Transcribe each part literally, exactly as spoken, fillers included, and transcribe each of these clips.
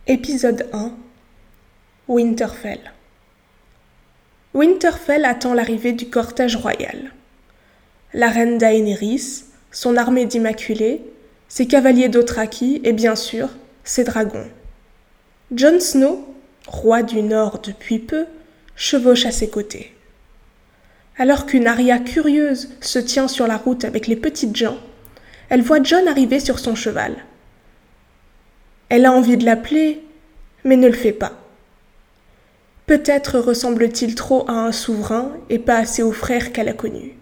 Épisode un. Winterfell. Winterfell attend l'arrivée du cortège royal. La reine Daenerys, son armée d'immaculés, ses cavaliers Dothraki et bien sûr, ses dragons. Jon Snow, roi du Nord depuis peu, chevauche à ses côtés. Alors qu'une Arya curieuse se tient sur la route avec les petites gens, elle voit Jon arriver sur son cheval. Elle a envie de l'appeler, mais ne le fait pas. Peut-être ressemble-t-il trop à un souverain et pas assez au frère qu'elle a connu.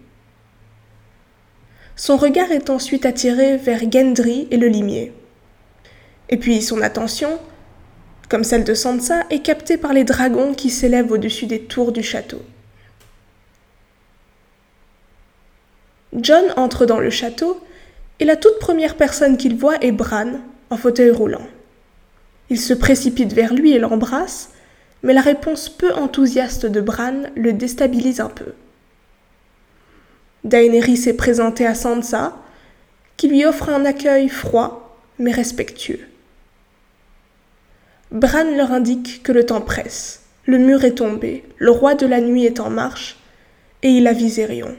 Son regard est ensuite attiré vers Gendry et le limier. Et puis son attention, comme celle de Sansa, est captée par les dragons qui s'élèvent au-dessus des tours du château. Jon entre dans le château et la toute première personne qu'il voit est Bran, en fauteuil roulant. Il se précipite vers lui et l'embrasse, mais la réponse peu enthousiaste de Bran le déstabilise un peu. Daenerys est présentée à Sansa, qui lui offre un accueil froid, mais respectueux. Bran leur indique que le temps presse, le mur est tombé, le roi de la nuit est en marche, et il a Viserion.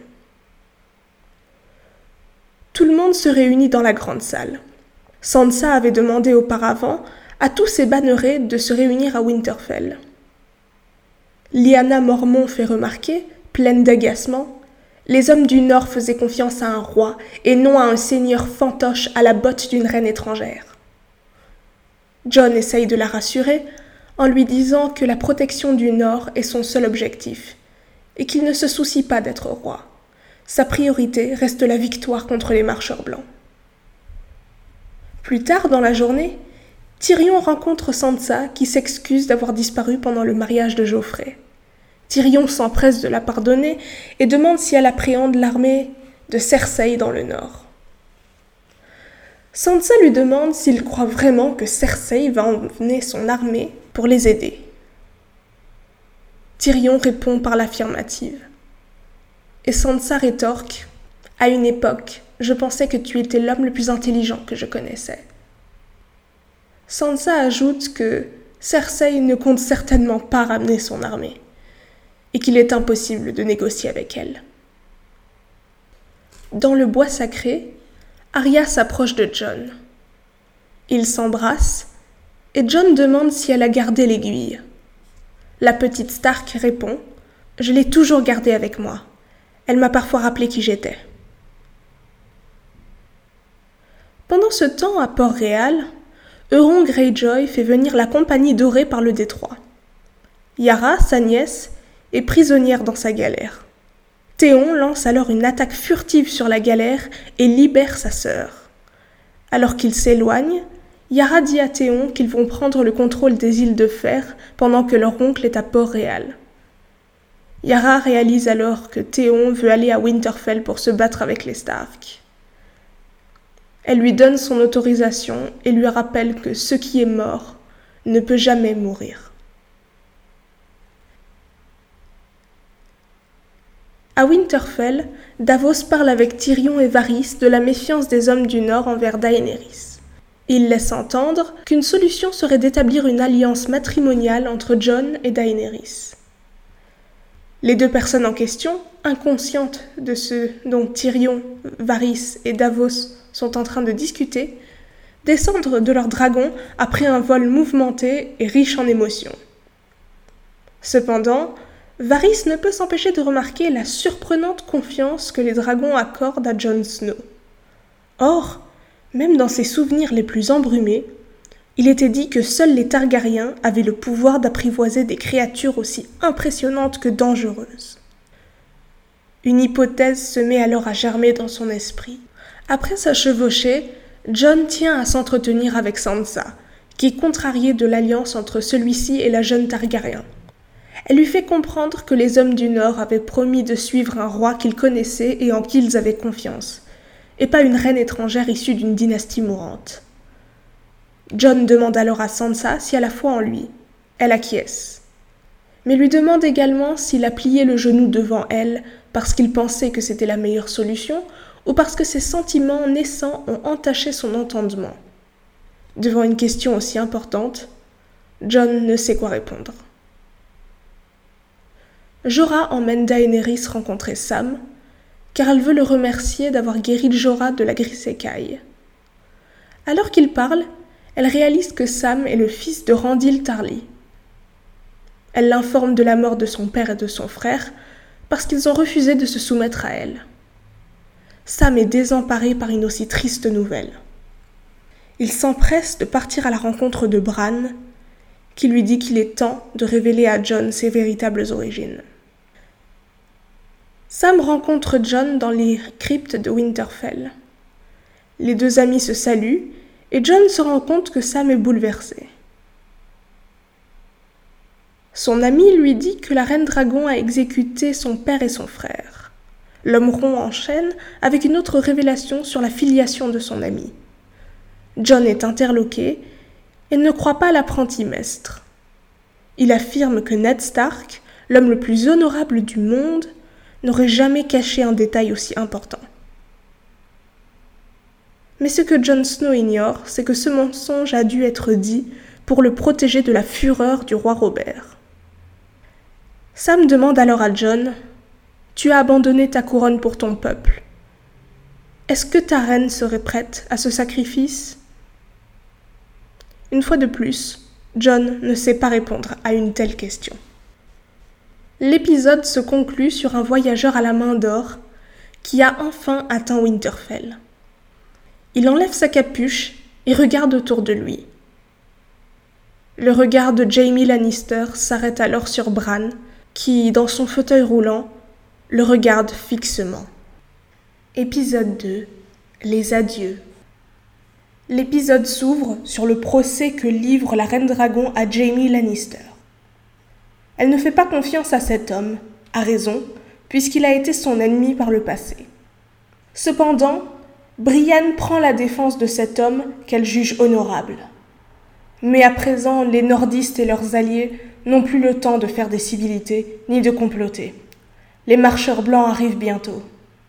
Tout le monde se réunit dans la grande salle. Sansa avait demandé auparavant à tous ses bannerets de se réunir à Winterfell. Lyanna Mormont fait remarquer, pleine d'agacement, les hommes du Nord faisaient confiance à un roi et non à un seigneur fantoche à la botte d'une reine étrangère. Jon essaye de la rassurer en lui disant que la protection du Nord est son seul objectif et qu'il ne se soucie pas d'être roi. Sa priorité reste la victoire contre les marcheurs blancs. Plus tard dans la journée, Tyrion rencontre Sansa qui s'excuse d'avoir disparu pendant le mariage de Joffrey. Tyrion s'empresse de la pardonner et demande si elle appréhende l'armée de Cersei dans le nord. Sansa lui demande s'il croit vraiment que Cersei va emmener son armée pour les aider. Tyrion répond par l'affirmative. Et Sansa rétorque « À une époque, je pensais que tu étais l'homme le plus intelligent que je connaissais. » Sansa ajoute que Cersei ne compte certainement pas ramener son armée et qu'il est impossible de négocier avec elle. Dans le bois sacré, Arya s'approche de Jon. Ils s'embrassent et Jon demande si elle a gardé l'aiguille. La petite Stark répond « Je l'ai toujours gardée avec moi. Elle m'a parfois rappelé qui j'étais. » Pendant ce temps, à Port-Réal, Euron Greyjoy fait venir la compagnie dorée par le détroit. Yara, sa nièce, est prisonnière dans sa galère. Théon lance alors une attaque furtive sur la galère et libère sa sœur. Alors qu'ils s'éloignent, Yara dit à Théon qu'ils vont prendre le contrôle des îles de Fer pendant que leur oncle est à Port-Réal. Yara réalise alors que Théon veut aller à Winterfell pour se battre avec les Stark. Elle lui donne son autorisation et lui rappelle que ce qui est mort ne peut jamais mourir. À Winterfell, Davos parle avec Tyrion et Varys de la méfiance des hommes du Nord envers Daenerys. Il laisse entendre qu'une solution serait d'établir une alliance matrimoniale entre Jon et Daenerys. Les deux personnes en question, inconscientes de ce dont Tyrion, Varys et Davos sont en train de discuter, descendent de leur dragon après un vol mouvementé et riche en émotions. Cependant, Varys ne peut s'empêcher de remarquer la surprenante confiance que les dragons accordent à Jon Snow. Or, même dans ses souvenirs les plus embrumés, il était dit que seuls les Targaryens avaient le pouvoir d'apprivoiser des créatures aussi impressionnantes que dangereuses. Une hypothèse se met alors à germer dans son esprit. Après sa chevauchée, Jon tient à s'entretenir avec Sansa, qui est contrariée de l'alliance entre celui-ci et la jeune Targaryen. Elle lui fait comprendre que les hommes du Nord avaient promis de suivre un roi qu'ils connaissaient et en qui ils avaient confiance, et pas une reine étrangère issue d'une dynastie mourante. Jon demande alors à Sansa si elle a foi en lui. Elle acquiesce, mais lui demande également s'il a plié le genou devant elle parce qu'il pensait que c'était la meilleure solution ou parce que ses sentiments naissants ont entaché son entendement. Devant une question aussi importante, Jon ne sait quoi répondre. Jorah emmène Daenerys rencontrer Sam, car elle veut le remercier d'avoir guéri Jorah de la Grissécaille. Alors qu'ils parlent, elle réalise que Sam est le fils de Randyll Tarly. Elle l'informe de la mort de son père et de son frère, parce qu'ils ont refusé de se soumettre à elle. Sam est désemparé par une aussi triste nouvelle. Il s'empresse de partir à la rencontre de Bran, qui lui dit qu'il est temps de révéler à Jon ses véritables origines. Sam rencontre Jon dans les cryptes de Winterfell. Les deux amis se saluent et Jon se rend compte que Sam est bouleversé. Son ami lui dit que la reine dragon a exécuté son père et son frère. L'homme rond enchaîne avec une autre révélation sur la filiation de son ami. Jon est interloqué et ne croit pas l'apprenti maître. Il affirme que Ned Stark, l'homme le plus honorable du monde, n'aurait jamais caché un détail aussi important. Mais ce que Jon Snow ignore, c'est que ce mensonge a dû être dit pour le protéger de la fureur du roi Robert. Sam demande alors à Jon « Tu as abandonné ta couronne pour ton peuple. Est-ce que ta reine serait prête à ce sacrifice ?» Une fois de plus, Jon ne sait pas répondre à une telle question. L'épisode se conclut sur un voyageur à la main d'or qui a enfin atteint Winterfell. Il enlève sa capuche et regarde autour de lui. Le regard de Jaime Lannister s'arrête alors sur Bran, qui, dans son fauteuil roulant, le regarde fixement. Épisode deux. Les adieux. L'épisode s'ouvre sur le procès que livre la Reine Dragon à Jaime Lannister. Elle ne fait pas confiance à cet homme, à raison, puisqu'il a été son ennemi par le passé. Cependant, Brienne prend la défense de cet homme qu'elle juge honorable. Mais à présent, les nordistes et leurs alliés n'ont plus le temps de faire des civilités ni de comploter. Les marcheurs blancs arrivent bientôt.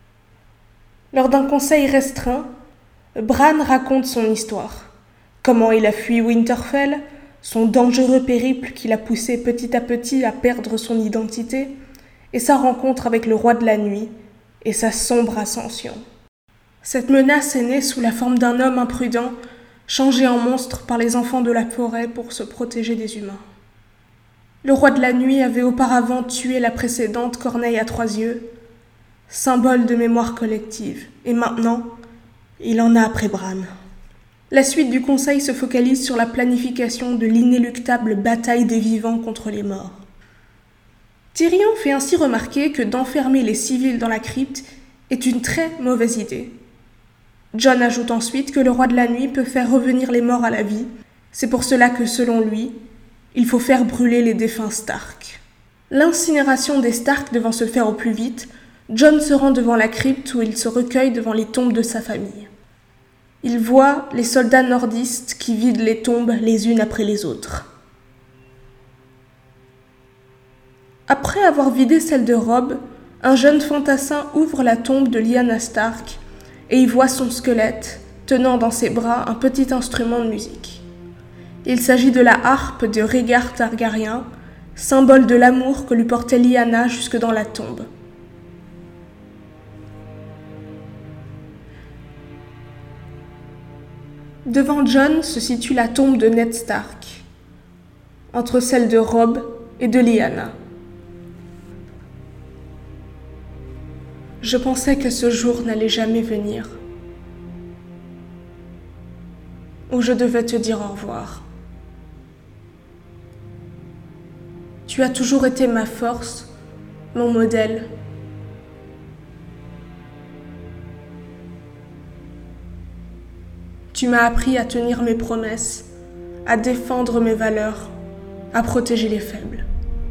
Lors d'un conseil restreint, Bran raconte son histoire. Comment il a fui Winterfell, son dangereux périple qui l'a poussé petit à petit à perdre son identité, et sa rencontre avec le roi de la nuit, et sa sombre ascension. Cette menace est née sous la forme d'un homme imprudent, changé en monstre par les enfants de la forêt pour se protéger des humains. Le roi de la nuit avait auparavant tué la précédente Corneille à trois yeux, symbole de mémoire collective, et maintenant, il en a après Bran. La suite du conseil se focalise sur la planification de l'inéluctable bataille des vivants contre les morts. Tyrion fait ainsi remarquer que d'enfermer les civils dans la crypte est une très mauvaise idée. Jon ajoute ensuite que le roi de la nuit peut faire revenir les morts à la vie. C'est pour cela que, selon lui, il faut faire brûler les défunts Stark. L'incinération des Stark devant se faire au plus vite, Jon se rend devant la crypte où il se recueille devant les tombes de sa famille. Il voit les soldats nordistes qui vident les tombes les unes après les autres. Après avoir vidé celle de Robb, un jeune fantassin ouvre la tombe de Lyanna Stark et y voit son squelette, tenant dans ses bras un petit instrument de musique. Il s'agit de la harpe de Rhaegar Targaryen, symbole de l'amour que lui portait Lyanna jusque dans la tombe. Devant Jon se situe la tombe de Ned Stark, entre celle de Robb et de Lyanna. Je pensais que ce jour n'allait jamais venir, où je devais te dire au revoir. Tu as toujours été ma force, mon modèle. Tu m'as appris à tenir mes promesses, à défendre mes valeurs, à protéger les faibles.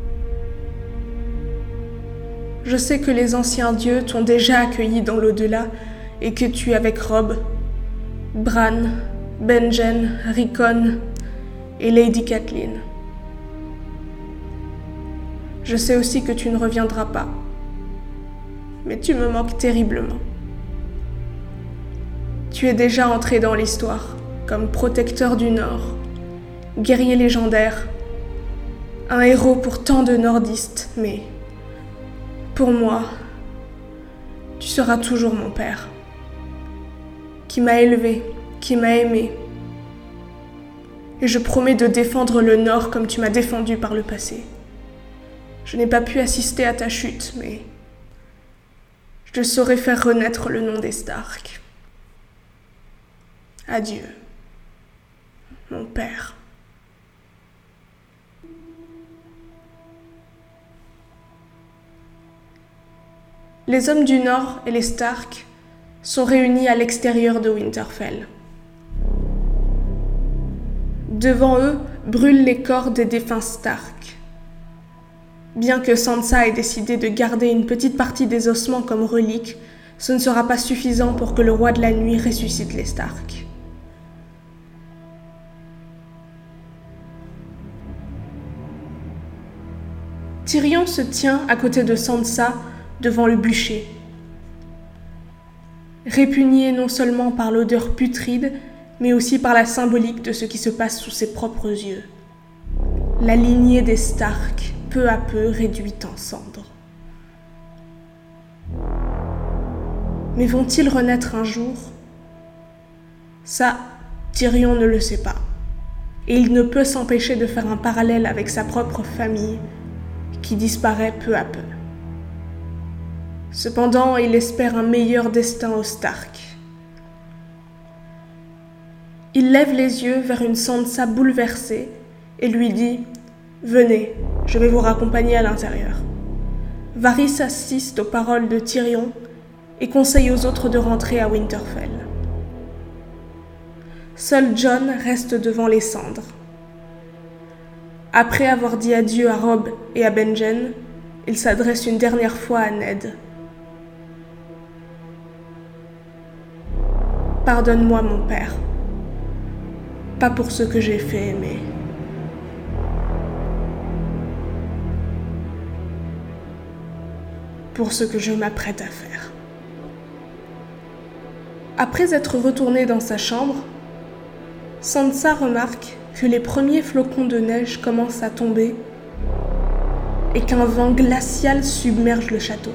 Je sais que les anciens dieux t'ont déjà accueilli dans l'au-delà et que tu, avec Robb, Bran, Benjen, Rickon et Lady Catelyn. Je sais aussi que tu ne reviendras pas, mais tu me manques terriblement. Tu es déjà entré dans l'histoire comme protecteur du Nord, guerrier légendaire, un héros pour tant de nordistes, mais pour moi, tu seras toujours mon père, qui m'a élevé, qui m'a aimé. Et je promets de défendre le Nord comme tu m'as défendu par le passé. Je n'ai pas pu assister à ta chute, mais je saurai faire renaître le nom des Stark. Adieu, mon père. Les hommes du Nord et les Stark sont réunis à l'extérieur de Winterfell. Devant eux brûlent les corps des défunts Stark. Bien que Sansa ait décidé de garder une petite partie des ossements comme relique, ce ne sera pas suffisant pour que le roi de la nuit ressuscite les Stark. Tyrion se tient à côté de Sansa devant le bûcher. Répugné non seulement par l'odeur putride, mais aussi par la symbolique de ce qui se passe sous ses propres yeux. La lignée des Stark, peu à peu réduite en cendres. Mais vont-ils renaître un jour ? Ça, Tyrion ne le sait pas. Et il ne peut s'empêcher de faire un parallèle avec sa propre famille, qui disparaît peu à peu. Cependant, il espère un meilleur destin aux Stark. Il lève les yeux vers une Sansa bouleversée et lui dit « Venez, je vais vous raccompagner à l'intérieur. » Varys assiste aux paroles de Tyrion et conseille aux autres de rentrer à Winterfell. Seul Jon reste devant les cendres. Après avoir dit adieu à Robb et à Benjen, il s'adresse une dernière fois à Ned. « Pardonne-moi, mon père. Pas pour ce que j'ai fait, mais pour ce que je m'apprête à faire. » Après être retournée dans sa chambre, Sansa remarque que les premiers flocons de neige commencent à tomber et qu'un vent glacial submerge le château.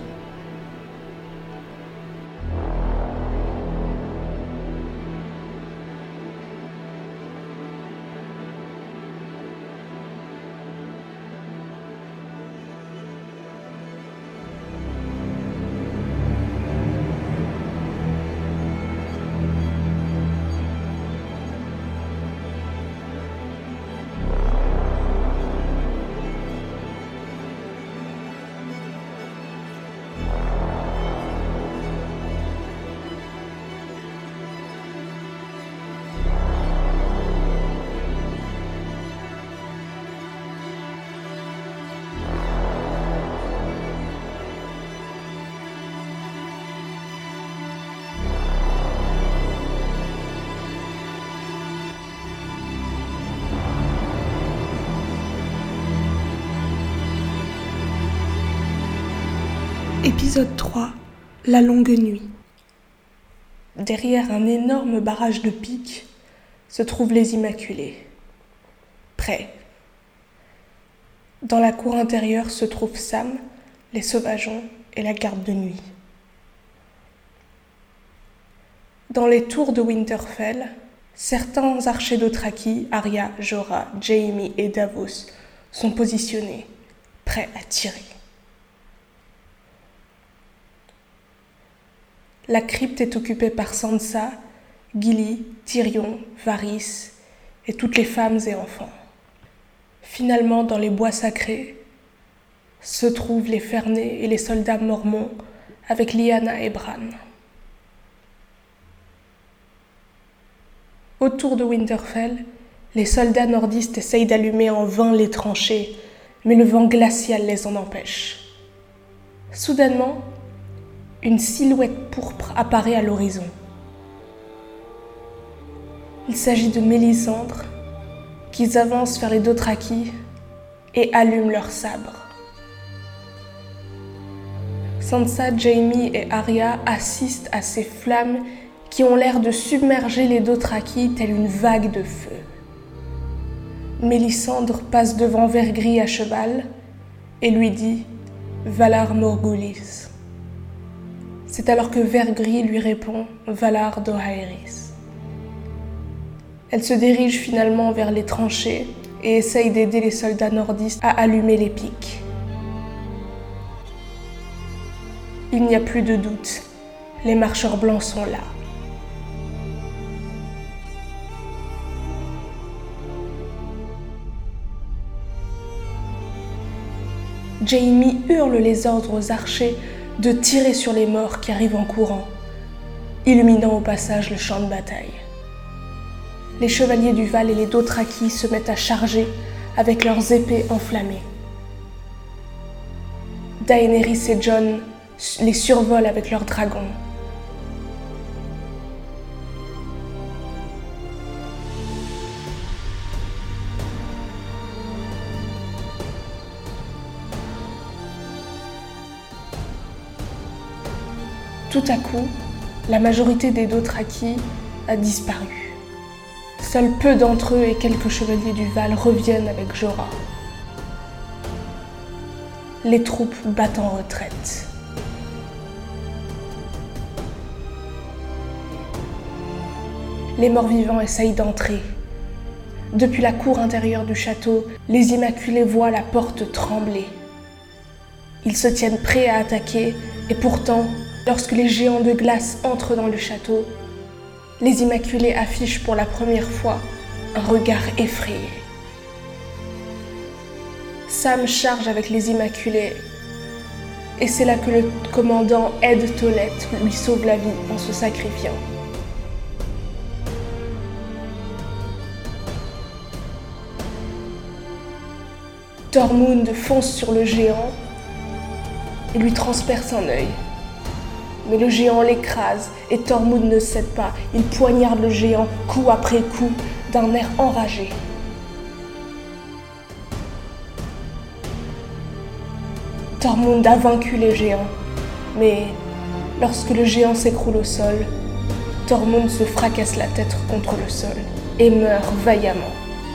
Épisode trois. La longue nuit. Derrière un énorme barrage de pics se trouvent les Immaculés. Prêts. Dans la cour intérieure se trouvent Sam, les Sauvageons et la garde de nuit. Dans les tours de Winterfell, certains archers d'Othraki, Arya, Jorah, Jaime et Davos sont positionnés, prêts à tirer. La crypte est occupée par Sansa, Gilly, Tyrion, Varys et toutes les femmes et enfants. Finalement, dans les bois sacrés, se trouvent les Fernés et les soldats mormons avec Lyanna et Bran. Autour de Winterfell, les soldats nordistes essayent d'allumer en vain les tranchées, mais le vent glacial les en empêche. Soudainement, une silhouette pourpre apparaît à l'horizon. Il s'agit de Mélisandre, qui avancent vers les Dothraki et allument leurs sabres. Sansa, Jaime et Arya assistent à ces flammes qui ont l'air de submerger les Dothraki telle une vague de feu. Mélisandre passe devant Vergris à cheval et lui dit « Valar Morghulis ». C'est alors que Vergris lui répond « Valar Dohaeris ». Elle se dirige finalement vers les tranchées et essaye d'aider les soldats nordistes à allumer les piques. Il n'y a plus de doute, les marcheurs blancs sont là. Jaime hurle les ordres aux archers de tirer sur les morts qui arrivent en courant, illuminant au passage le champ de bataille. Les chevaliers du Val et les Dothraki se mettent à charger avec leurs épées enflammées. Daenerys et Jon les survolent avec leurs dragons. Tout à coup, la majorité des Dothraki a disparu. Seuls peu d'entre eux et quelques chevaliers du Val reviennent avec Jorah. Les troupes battent en retraite. Les morts-vivants essayent d'entrer. Depuis la cour intérieure du château, les Immaculés voient la porte trembler. Ils se tiennent prêts à attaquer et pourtant, lorsque les géants de glace entrent dans le château, les Immaculés affichent pour la première fois un regard effrayé. Sam charge avec les Immaculés et c'est là que le commandant Ed Tollett lui sauve la vie en se sacrifiant. Tormund fonce sur le géant et lui transperce un œil. Mais le géant l'écrase et Tormund ne cède pas. Il poignarde le géant coup après coup d'un air enragé. Tormund a vaincu les géants, mais lorsque le géant s'écroule au sol, Tormund se fracasse la tête contre le sol et meurt vaillamment.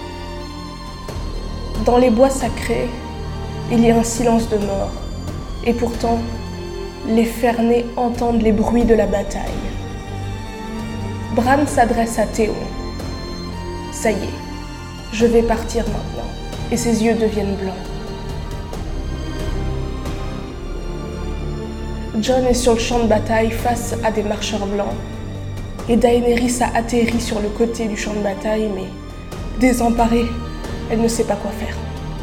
Dans les bois sacrés, il y a un silence de mort, et pourtant, les Fernés entendent les bruits de la bataille. Bran s'adresse à Théon. Ça y est, je vais partir maintenant, et ses yeux deviennent blancs. Jon est sur le champ de bataille face à des marcheurs blancs, et Daenerys a atterri sur le côté du champ de bataille, mais désemparée, elle ne sait pas quoi faire.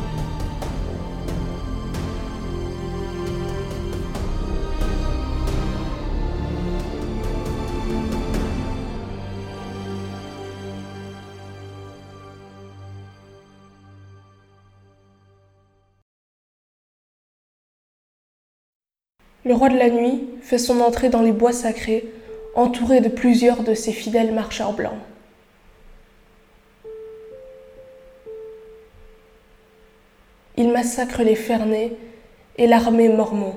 Le roi de la nuit fait son entrée dans les bois sacrés, entouré de plusieurs de ses fidèles marcheurs blancs. Il massacre les Fernés et l'armée mormon.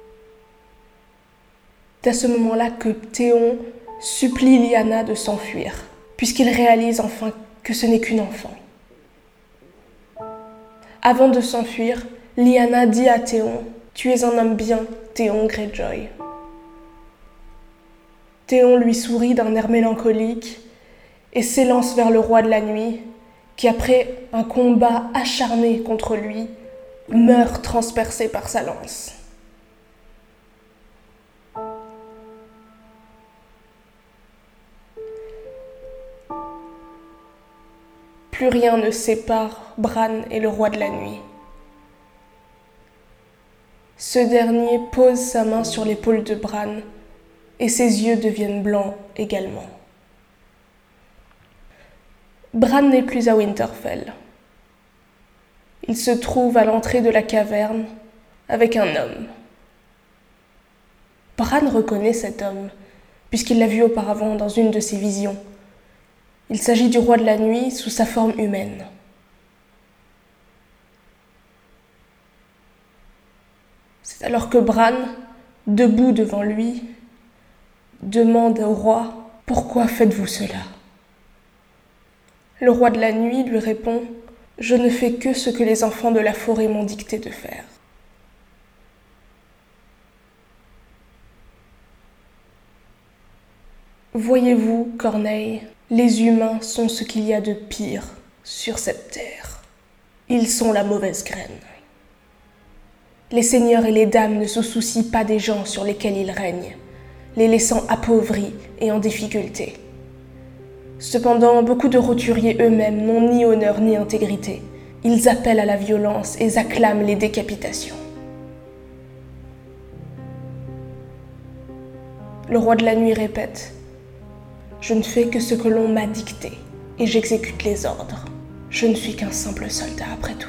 C'est à ce moment-là que Théon supplie Lyanna de s'enfuir, puisqu'il réalise enfin que ce n'est qu'une enfant. Avant de s'enfuir, Lyanna dit à Théon « Tu es un homme bien, Théon Greyjoy ». Théon lui sourit d'un air mélancolique et s'élance vers le roi de la nuit, qui après un combat acharné contre lui, meurt transpercé par sa lance. Plus rien ne sépare Bran et le roi de la nuit. Ce dernier pose sa main sur l'épaule de Bran et ses yeux deviennent blancs également. Bran n'est plus à Winterfell. Il se trouve à l'entrée de la caverne avec un homme. Bran reconnaît cet homme, puisqu'il l'a vu auparavant dans une de ses visions. Il s'agit du roi de la nuit sous sa forme humaine. C'est alors que Bran, debout devant lui, demande au roi « Pourquoi faites-vous cela ?» Le roi de la nuit lui répond « Je ne fais que ce que les enfants de la forêt m'ont dicté de faire. Voyez-vous, Corneille, les humains sont ce qu'il y a de pire sur cette terre. Ils sont la mauvaise graine. Les seigneurs et les dames ne se soucient pas des gens sur lesquels ils règnent, les laissant appauvris et en difficulté. Cependant, beaucoup de roturiers eux-mêmes n'ont ni honneur ni intégrité. Ils appellent à la violence et acclament les décapitations. Le roi de la nuit répète « Je ne fais que ce que l'on m'a dicté et j'exécute les ordres. Je ne suis qu'un simple soldat après tout. »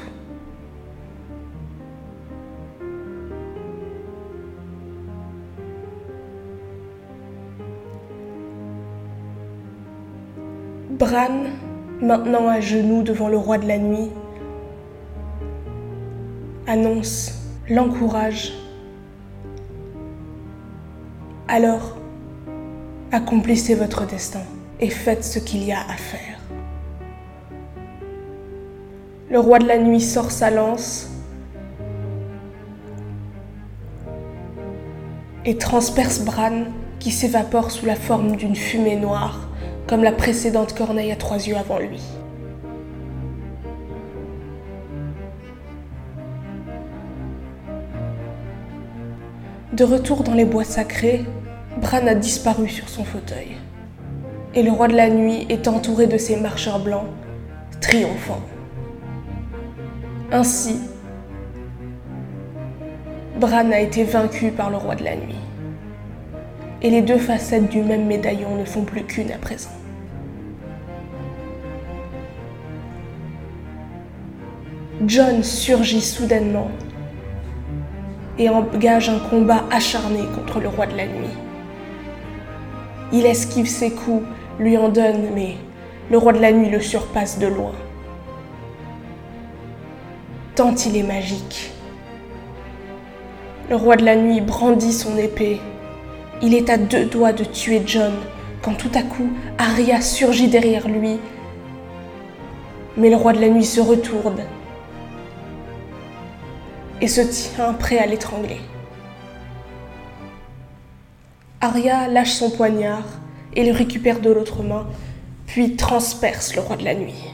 Bran, maintenant à genoux devant le roi de la nuit, annonce, l'encourage. Alors, accomplissez votre destin et faites ce qu'il y a à faire. Le roi de la nuit sort sa lance et transperce Bran qui s'évapore sous la forme d'une fumée noire, comme la précédente Corneille à trois yeux avant lui. De retour dans les bois sacrés, Bran a disparu sur son fauteuil, et le roi de la nuit est entouré de ses marcheurs blancs, triomphants. Ainsi, Bran a été vaincu par le roi de la nuit, et les deux facettes du même médaillon ne font plus qu'une à présent. Jon surgit soudainement et engage un combat acharné contre le roi de la nuit. Il esquive ses coups, lui en donne, mais le roi de la nuit le surpasse de loin. Tant il est magique. Le roi de la nuit brandit son épée. Il est à deux doigts de tuer Jon, quand tout à coup, Arya surgit derrière lui. Mais le roi de la nuit se retourne et se tient prêt à l'étrangler. Arya lâche son poignard et le récupère de l'autre main, puis transperce le roi de la nuit.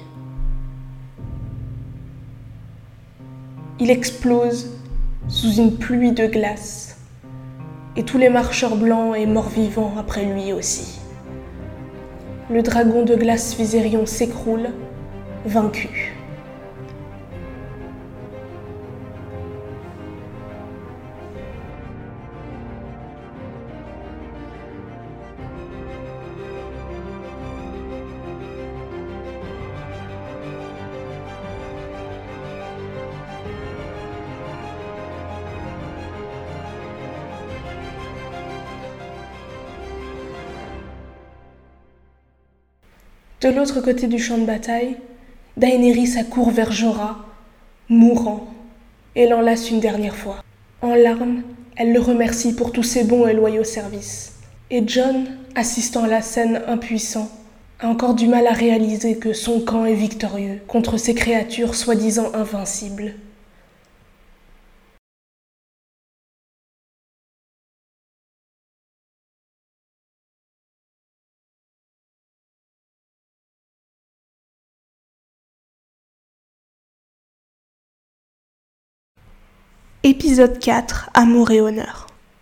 Il explose sous une pluie de glace, et tous les marcheurs blancs et morts-vivants après lui aussi. Le dragon de glace Viserion s'écroule, vaincu. De l'autre côté du champ de bataille, Daenerys accourt vers Jorah, mourant, et l'enlace une dernière fois. En larmes, elle le remercie pour tous ses bons et loyaux services. Et Jon, assistant à la scène impuissant, a encore du mal à réaliser que son camp est victorieux contre ces créatures soi-disant invincibles. Épisode quatre, Amour et honneur.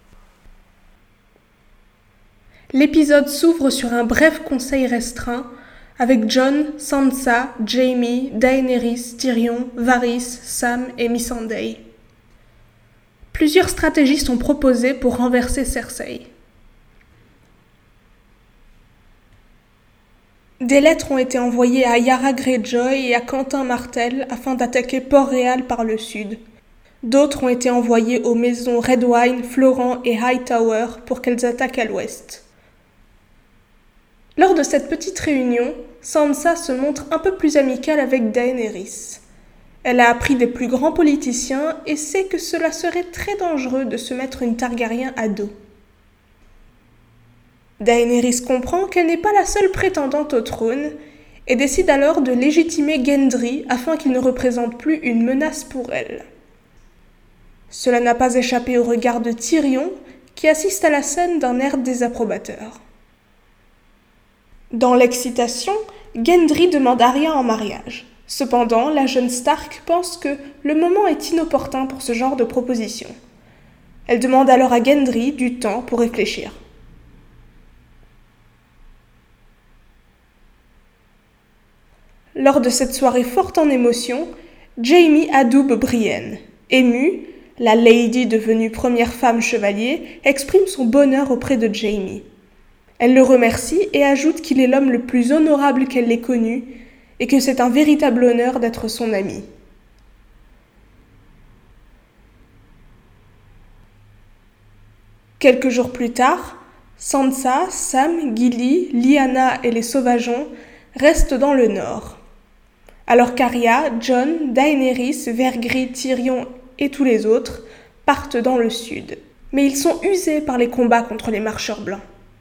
L'épisode s'ouvre sur un bref conseil restreint avec Jon, Sansa, Jaime, Daenerys, Tyrion, Varys, Sam et Missandei. Plusieurs stratégies sont proposées pour renverser Cersei. Des lettres ont été envoyées à Yara Greyjoy et à Quentin Martell afin d'attaquer Port-Réal par le sud. D'autres ont été envoyées aux maisons Redwyne, Florent et Hightower pour qu'elles attaquent à l'ouest. Lors de cette petite réunion, Sansa se montre un peu plus amicale avec Daenerys. Elle a appris des plus grands politiciens et sait que cela serait très dangereux de se mettre une Targaryen à dos. Daenerys comprend qu'elle n'est pas la seule prétendante au trône et décide alors de légitimer Gendry afin qu'il ne représente plus une menace pour elle. Cela n'a pas échappé au regard de Tyrion, qui assiste à la scène d'un air désapprobateur. Dans l'excitation, Gendry demande Arya en mariage. Cependant, la jeune Stark pense que le moment est inopportun pour ce genre de proposition. Elle demande alors à Gendry du temps pour réfléchir. Lors de cette soirée forte en émotions, Jaime adoube Brienne. Émue, la lady devenue première femme chevalier exprime son bonheur auprès de Jaime. Elle le remercie et ajoute qu'il est l'homme le plus honorable qu'elle ait connu et que c'est un véritable honneur d'être son ami. Quelques jours plus tard, Sansa, Sam, Gilly, Lyanna et les Sauvageons restent dans le nord. Alors qu'Arya, Jon, Daenerys, Vergris, Tyrion et tous les autres partent dans le sud. Mais ils sont usés par les combats contre les marcheurs blancs.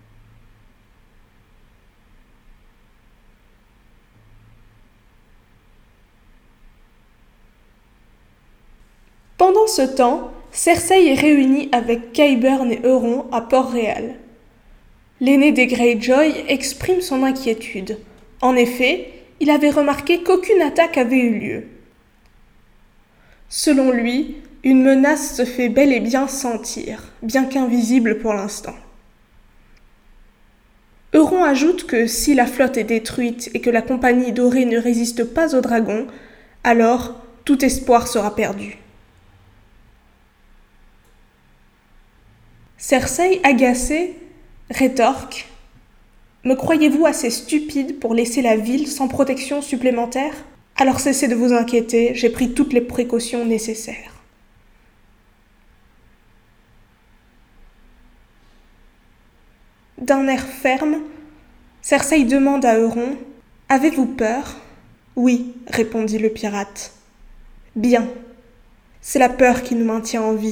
Pendant ce temps, Cersei est réunie avec Qyburn et Euron à Port-Réal. L'aîné des Greyjoy exprime son inquiétude. En effet, il avait remarqué qu'aucune attaque avait eu lieu. Selon lui, une menace se fait bel et bien sentir, bien qu'invisible pour l'instant. Euron ajoute que si la flotte est détruite et que la compagnie dorée ne résiste pas aux dragons, alors tout espoir sera perdu. Cersei, agacée, rétorque « Me croyez-vous assez stupide pour laisser la ville sans protection supplémentaire ? Alors cessez de vous inquiéter, j'ai pris toutes les précautions nécessaires. » D'un air ferme, Cersei demande à Euron « Avez-vous peur ?»« Oui, » répondit le pirate. « Bien, c'est la peur qui nous maintient en vie. »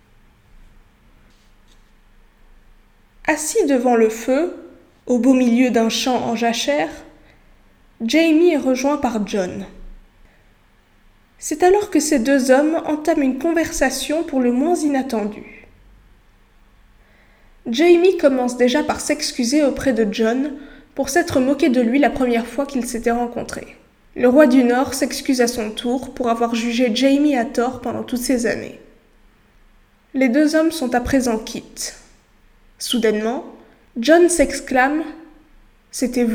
Assis devant le feu, au beau milieu d'un champ en jachère, Jaime est rejoint par Jon. C'est alors que ces deux hommes entament une conversation pour le moins inattendue. Jaime commence déjà par s'excuser auprès de Jon pour s'être moqué de lui la première fois qu'ils s'étaient rencontrés. Le roi du Nord s'excuse à son tour pour avoir jugé Jaime à tort pendant toutes ces années. Les deux hommes sont à présent quittes. Soudainement, Jon s'exclame « C'était vous ».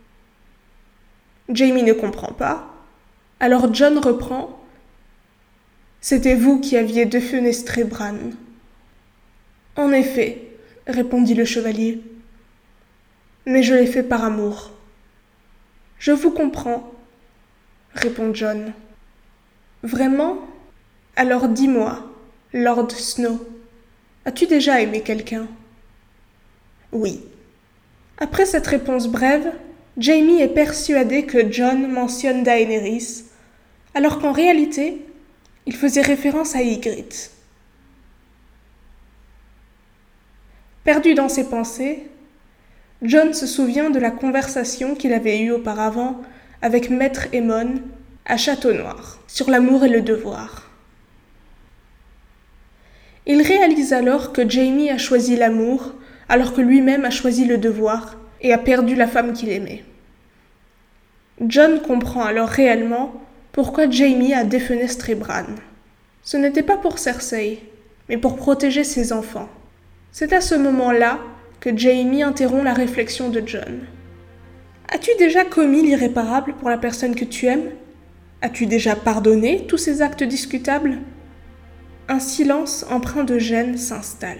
Jaime ne comprend pas. Alors Jon reprend « C'était vous qui aviez défenestré Bran ». « En effet », répondit le chevalier, « mais je l'ai fait par amour. »« Je vous comprends », répond Jon. « Vraiment ? Alors dis-moi, Lord Snow, as-tu déjà aimé quelqu'un ? » Oui. Après cette réponse brève, Jaime est persuadé que Jon mentionne Daenerys, alors qu'en réalité, il faisait référence à Ygritte. Perdu dans ses pensées, Jon se souvient de la conversation qu'il avait eue auparavant avec Maître Aemon à Château-Noir, sur l'amour et le devoir. Il réalise alors que Jaime a choisi l'amour alors que lui-même a choisi le devoir et a perdu la femme qu'il aimait. Jon comprend alors réellement pourquoi Jaime a défenestré Bran. Ce n'était pas pour Cersei, mais pour protéger ses enfants. C'est à ce moment-là que Jaime interrompt la réflexion de Jon. As-tu déjà commis l'irréparable pour la personne que tu aimes ? As-tu déjà pardonné tous ces actes discutables ? Un silence empreint de gêne s'installe.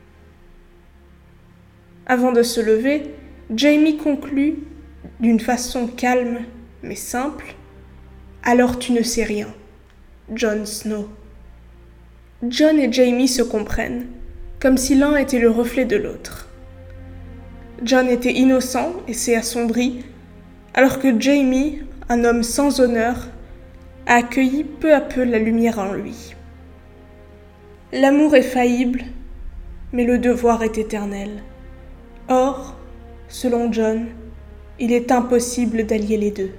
Avant de se lever, Jaime conclut, d'une façon calme mais simple, « Alors tu ne sais rien, Jon Snow. » Jon et Jaime se comprennent, comme si l'un était le reflet de l'autre. Jon était innocent et s'est assombri, alors que Jaime, un homme sans honneur, a accueilli peu à peu la lumière en lui. L'amour est faillible, mais le devoir est éternel. Or, selon Jon, Il est impossible d'allier les deux.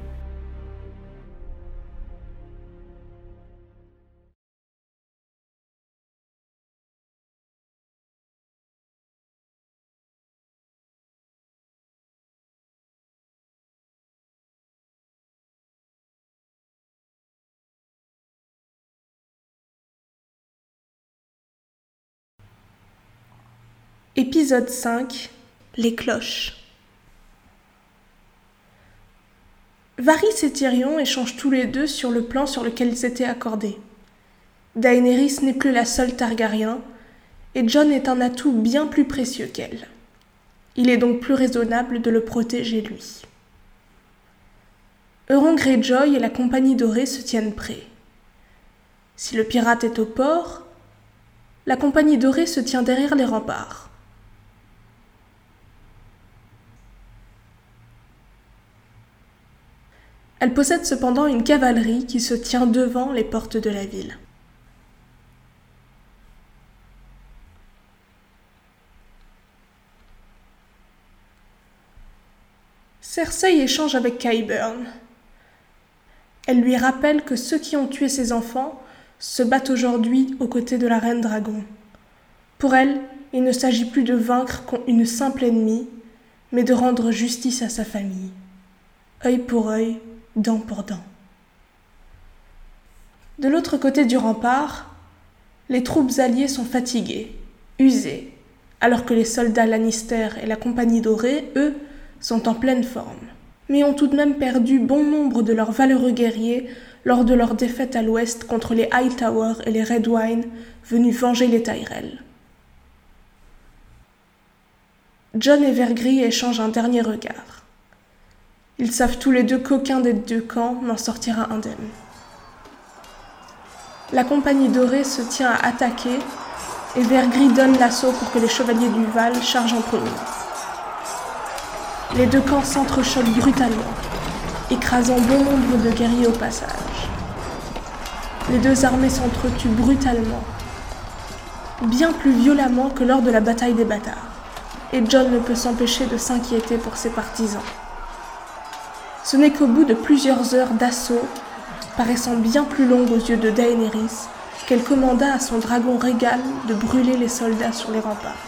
Épisode cinq. Les cloches. Varys et Tyrion échangent tous les deux sur le plan sur lequel ils étaient accordés. Daenerys n'est plus la seule Targaryen, et Jon est un atout bien plus précieux qu'elle. Il est donc plus raisonnable de le protéger lui. Euron Greyjoy et la Compagnie dorée se tiennent prêts. Si le pirate est au port, la Compagnie dorée se tient derrière les remparts. Elle possède cependant une cavalerie qui se tient devant les portes de la ville. Cersei échange avec Qyburn. Elle lui rappelle que ceux qui ont tué ses enfants se battent aujourd'hui aux côtés de la Reine Dragon. Pour elle, il ne s'agit plus de vaincre une simple ennemie, mais de rendre justice à sa famille. Œil pour œil, dent pour dent. De l'autre côté du rempart, les troupes alliées sont fatiguées, usées, alors que les soldats Lannister et la Compagnie dorée, eux, sont en pleine forme, mais ont tout de même perdu bon nombre de leurs valeureux guerriers lors de leur défaite à l'ouest contre les Hightower et les Redwyne venus venger les Tyrell. Jon et Vergris échangent un dernier regard. Ils savent tous les deux qu'aucun des deux camps n'en sortira indemne. La Compagnie dorée se tient à attaquer et Vergris donne l'assaut pour que les chevaliers du Val chargent en premier. Les deux camps s'entrechoquent brutalement, écrasant bon nombre de guerriers au passage. Les deux armées s'entretuent brutalement, bien plus violemment que lors de la bataille des bâtards, et Jon ne peut s'empêcher de s'inquiéter pour ses partisans. Ce n'est qu'au bout de plusieurs heures d'assaut, paraissant bien plus longues aux yeux de Daenerys, qu'elle commanda à son dragon Rhaegal de brûler les soldats sur les remparts.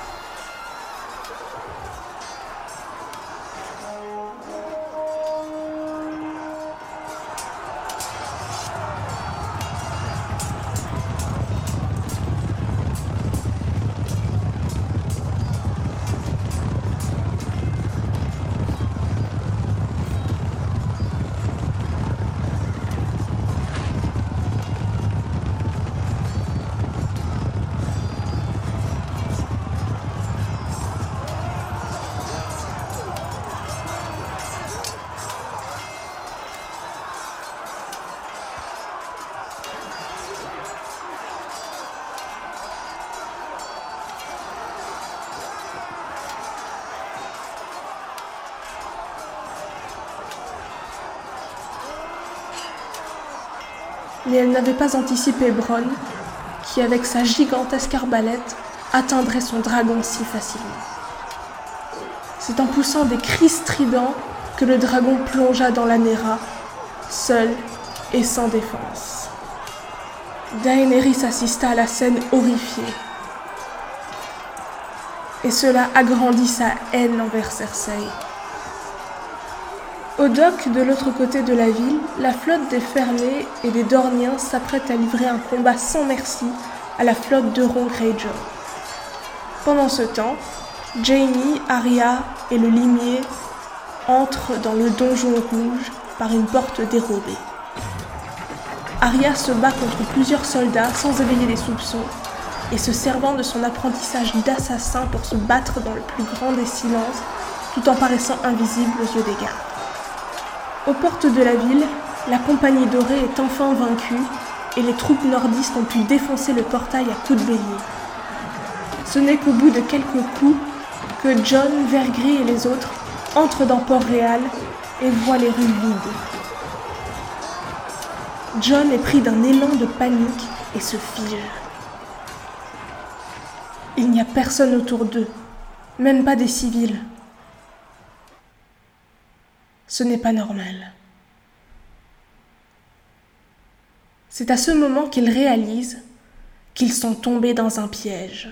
Mais elle n'avait pas anticipé Bronn, qui avec sa gigantesque arbalète atteindrait son dragon si facilement. C'est en poussant des cris stridents que le dragon plongea dans la Néra, seul et sans défense. Daenerys assista à la scène horrifiée, et cela agrandit sa haine envers Cersei. Au dock, de l'autre côté de la ville, la flotte des Fermés et des Dorniens s'apprête à livrer un combat sans merci à la flotte d'Euron Greyjoy. Pendant ce temps, Jaime, Arya et le limier entrent dans le donjon rouge par une porte dérobée. Arya se bat contre plusieurs soldats sans éveiller les soupçons et se servant de son apprentissage d'assassin pour se battre dans le plus grand des silences tout en paraissant invisible aux yeux des gardes. Aux portes de la ville, la Compagnie dorée est enfin vaincue et les troupes nordistes ont pu défoncer le portail à coups de bélier. Ce n'est qu'au bout de quelques coups que Jon, Vergris et les autres entrent dans Port-Réal et voient les rues vides. Jon est pris d'un élan de panique et se fige. Il n'y a personne autour d'eux, même pas des civils. Ce n'est pas normal. C'est à ce moment qu'ils réalisent qu'ils sont tombés dans un piège.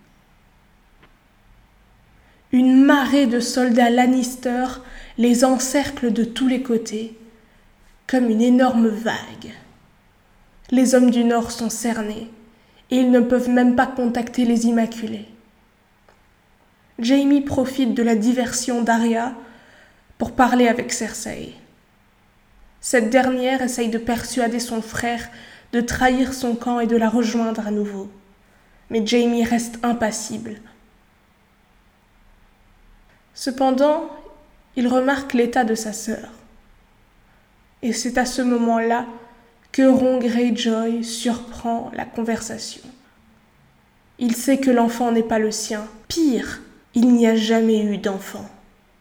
Une marée de soldats Lannister les encercle de tous les côtés, comme une énorme vague. Les hommes du Nord sont cernés, et ils ne peuvent même pas contacter les Immaculés. Jaime profite de la diversion d'Arya pour parler avec Cersei. Cette dernière essaye de persuader son frère de trahir son camp et de la rejoindre à nouveau. Mais Jaime reste impassible. Cependant, il remarque l'état de sa sœur. Et c'est à ce moment-là que Ron Greyjoy surprend la conversation. Il sait que l'enfant n'est pas le sien. Pire, il n'y a jamais eu d'enfant.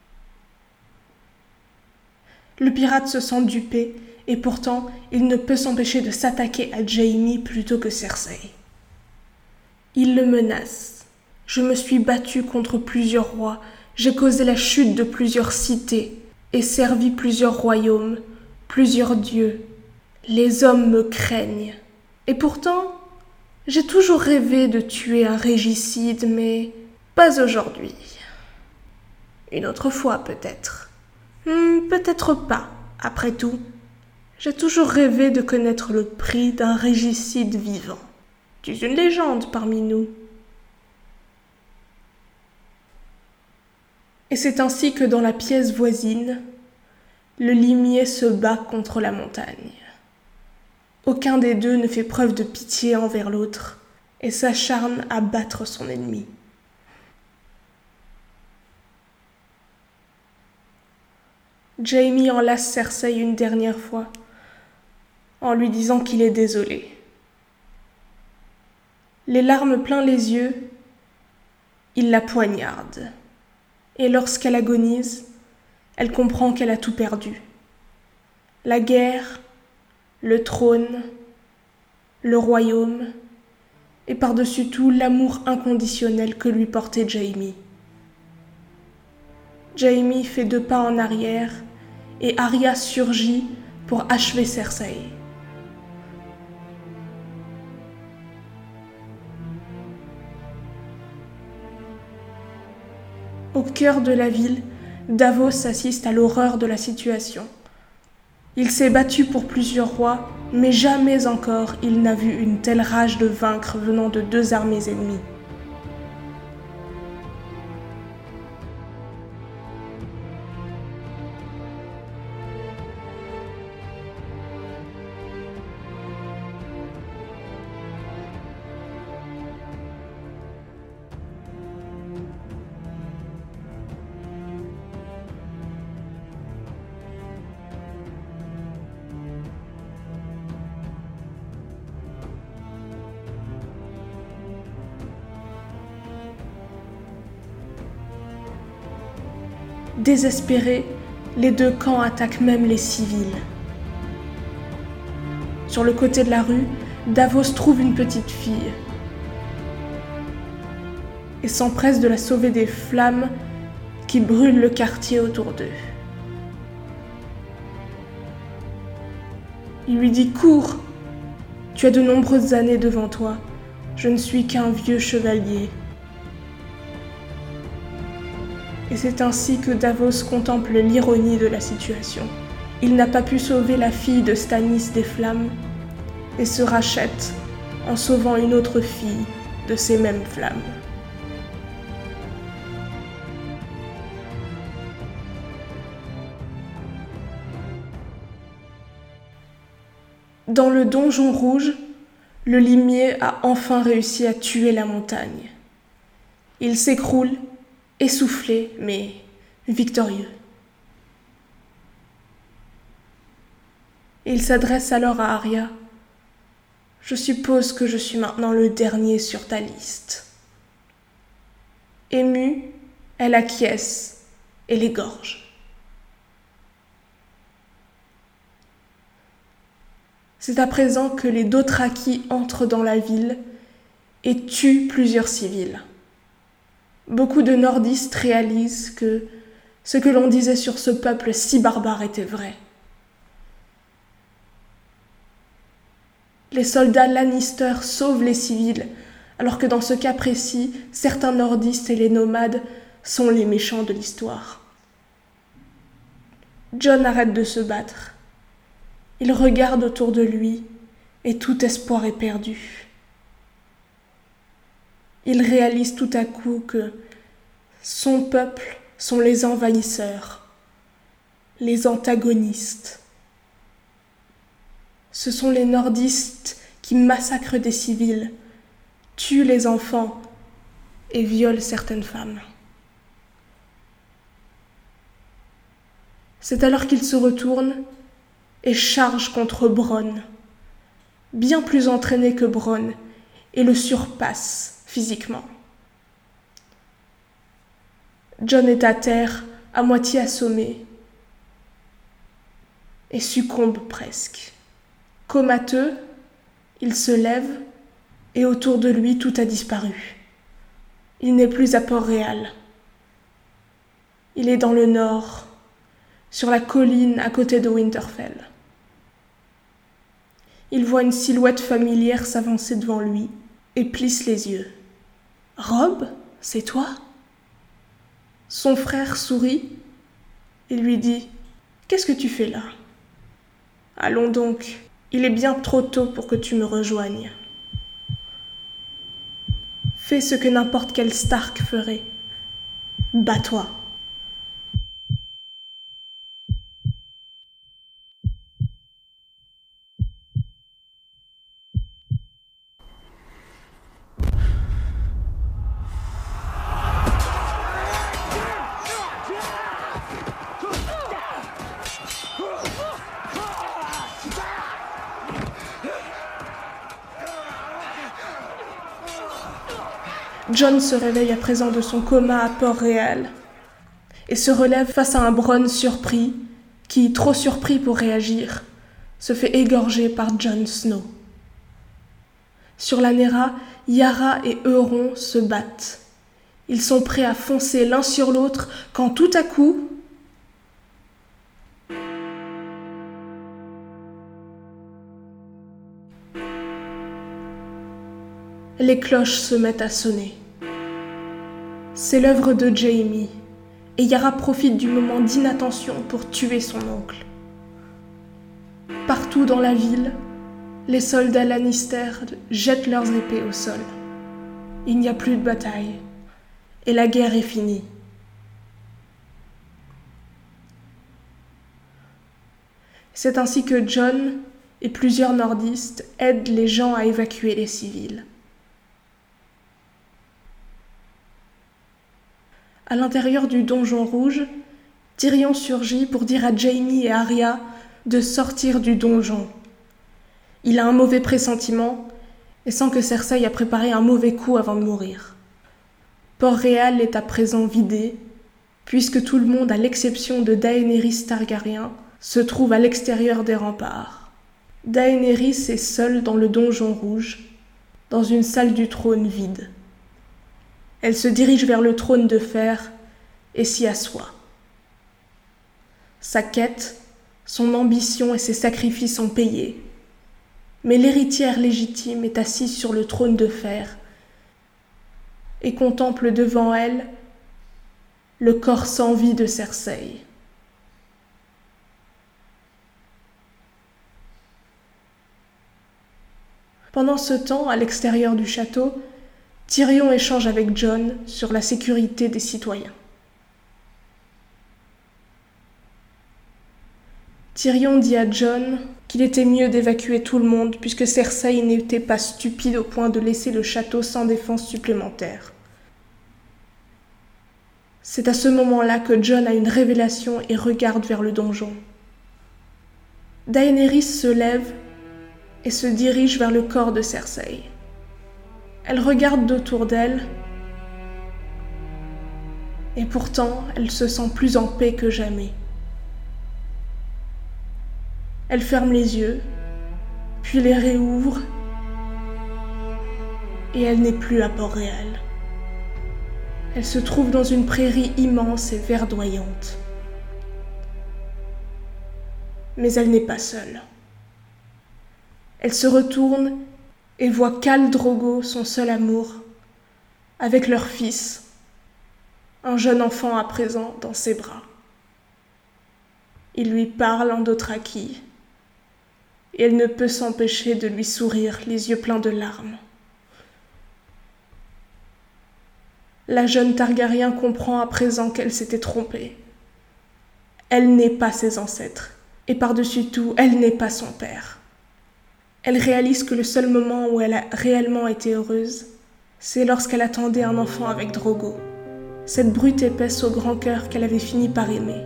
Le pirate se sent dupé et pourtant il ne peut s'empêcher de s'attaquer à Jaime plutôt que Cersei. Il le menace. Je me suis battu contre plusieurs rois, j'ai causé la chute de plusieurs cités et servi plusieurs royaumes, plusieurs dieux. Les hommes me craignent. Et pourtant, j'ai toujours rêvé de tuer un régicide, mais pas aujourd'hui. Une autre fois peut-être. Hmm, peut-être pas, après tout. J'ai toujours rêvé de connaître le prix d'un régicide vivant. Tu es une légende parmi nous. Et c'est ainsi que dans la pièce voisine, le limier se bat contre la montagne. Aucun des deux ne fait preuve de pitié envers l'autre et s'acharne à battre son ennemi. Jaime enlace Cersei une dernière fois, en lui disant qu'il est désolé. Les larmes plein les yeux, il la poignarde. Et lorsqu'elle agonise, elle comprend qu'elle a tout perdu. La guerre, le trône, le royaume, et par-dessus tout l'amour inconditionnel que lui portait Jaime. Jaime fait deux pas en arrière, et Arya surgit pour achever Cersei. Au cœur de la ville, Davos assiste à l'horreur de la situation. Il s'est battu pour plusieurs rois, mais jamais encore il n'a vu une telle rage de vaincre venant de deux armées ennemies. Désespérés, les deux camps attaquent même les civils. Sur le côté de la rue, Davos trouve une petite fille et s'empresse de la sauver des flammes qui brûlent le quartier autour d'eux. Il lui dit « Cours, tu as de nombreuses années devant toi, je ne suis qu'un vieux chevalier. » Et c'est ainsi que Davos contemple l'ironie de la situation. Il n'a pas pu sauver la fille de Stannis des flammes et se rachète en sauvant une autre fille de ces mêmes flammes. Dans le donjon rouge, le limier a enfin réussi à tuer la montagne. Il s'écroule, essoufflé, mais victorieux. Il s'adresse alors à Arya. « Je suppose que je suis maintenant le dernier sur ta liste. » Émue, elle acquiesce et l'égorge. C'est à présent que les Dothraki entrent dans la ville et tuent plusieurs civils. Beaucoup de nordistes réalisent que Ce que l'on disait sur ce peuple si barbare était vrai. Les soldats Lannister sauvent les civils, alors que dans ce cas précis, certains nordistes et les nomades sont les méchants de l'histoire. Jon arrête de se battre. Il regarde autour de lui et tout espoir est perdu. Il réalise tout à coup que son peuple sont les envahisseurs, les antagonistes. Ce sont les nordistes qui massacrent des civils, tuent les enfants et violent certaines femmes. C'est alors qu'il se retourne et charge contre Bronn, bien plus entraîné que Bronn, et le surpasse physiquement. Jon est à terre, à moitié assommé, et succombe presque. Comateux, il se lève, et autour de lui tout a disparu. Il n'est plus à Port-Réal. Il est dans le nord, sur la colline à côté de Winterfell. Il voit une silhouette familière s'avancer devant lui et plisse les yeux. « Robb, c'est toi ?» Son frère sourit et lui dit « Qu'est-ce que tu fais là ? Allons donc, il est bien trop tôt pour que tu me rejoignes. Fais ce que n'importe quel Stark ferait. Bats-toi. » Jon se réveille à présent de son coma à Port-Réal et se relève face à un Bronn surpris qui, trop surpris pour réagir, se fait égorger par Jon Snow. Sur la Néra, Yara et Euron se battent. Ils sont prêts à foncer l'un sur l'autre quand tout à coup... les cloches se mettent à sonner. C'est l'œuvre de Jaime, et Yara profite du moment d'inattention pour tuer son oncle. Partout dans la ville, les soldats Lannister jettent leurs épées au sol. Il n'y a plus de bataille, et la guerre est finie. C'est ainsi que Jon et plusieurs nordistes aident les gens à évacuer les civils. À l'intérieur du donjon rouge, Tyrion surgit pour dire à Jaime et Arya de sortir du donjon. Il a un mauvais pressentiment et sent que Cersei a préparé un mauvais coup avant de mourir. Port-Réal est à présent vidé, puisque tout le monde, à l'exception de Daenerys Targaryen, se trouve à l'extérieur des remparts. Daenerys est seule dans le donjon rouge, dans une salle du trône vide. Elle se dirige vers le trône de fer et s'y assoit. Sa quête, son ambition et ses sacrifices sont payés. Mais l'héritière légitime est assise sur le trône de fer et contemple devant elle le corps sans vie de Cersei. Pendant ce temps, à l'extérieur du château, Tyrion échange avec Jon sur la sécurité des citoyens. Tyrion dit à Jon qu'il était mieux d'évacuer tout le monde puisque Cersei n'était pas stupide au point de laisser le château sans défense supplémentaire. C'est à ce moment-là que Jon a une révélation et regarde vers le donjon. Daenerys se lève et se dirige vers le corps de Cersei. Elle regarde autour d'elle, et pourtant elle se sent plus en paix que jamais. Elle ferme les yeux, puis les réouvre, et elle n'est plus à Port-Réal. Elle se trouve dans une prairie immense et verdoyante. Mais elle n'est pas seule. Elle se retourne et voit Khal Drogo, son seul amour, avec leur fils, un jeune enfant à présent dans ses bras. Il lui parle en Dothraki, et elle ne peut s'empêcher de lui sourire, les yeux pleins de larmes. La jeune Targaryen comprend à présent qu'elle s'était trompée. Elle n'est pas ses ancêtres, et par-dessus tout, elle n'est pas son père. Elle réalise que le seul moment où elle a réellement été heureuse, c'est lorsqu'elle attendait un enfant avec Drogo, cette brute épaisse au grand cœur qu'elle avait fini par aimer.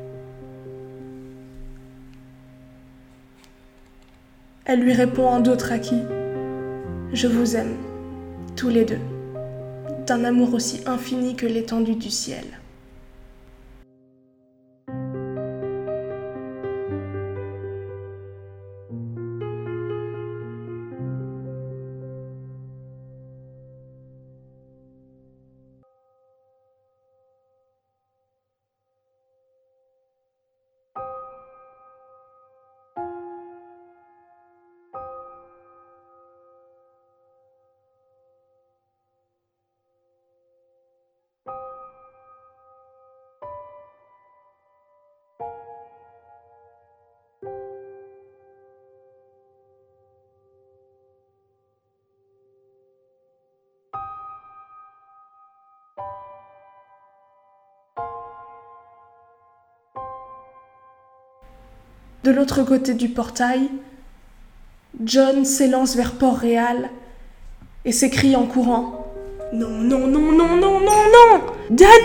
Elle lui répond en Dothraki « Je vous aime, tous les deux, d'un amour aussi infini que l'étendue du ciel. » De l'autre côté du portail, Jon s'élance vers Port-Réal et s'écrie en courant « Non, non, non, non, non, non, non Dany !»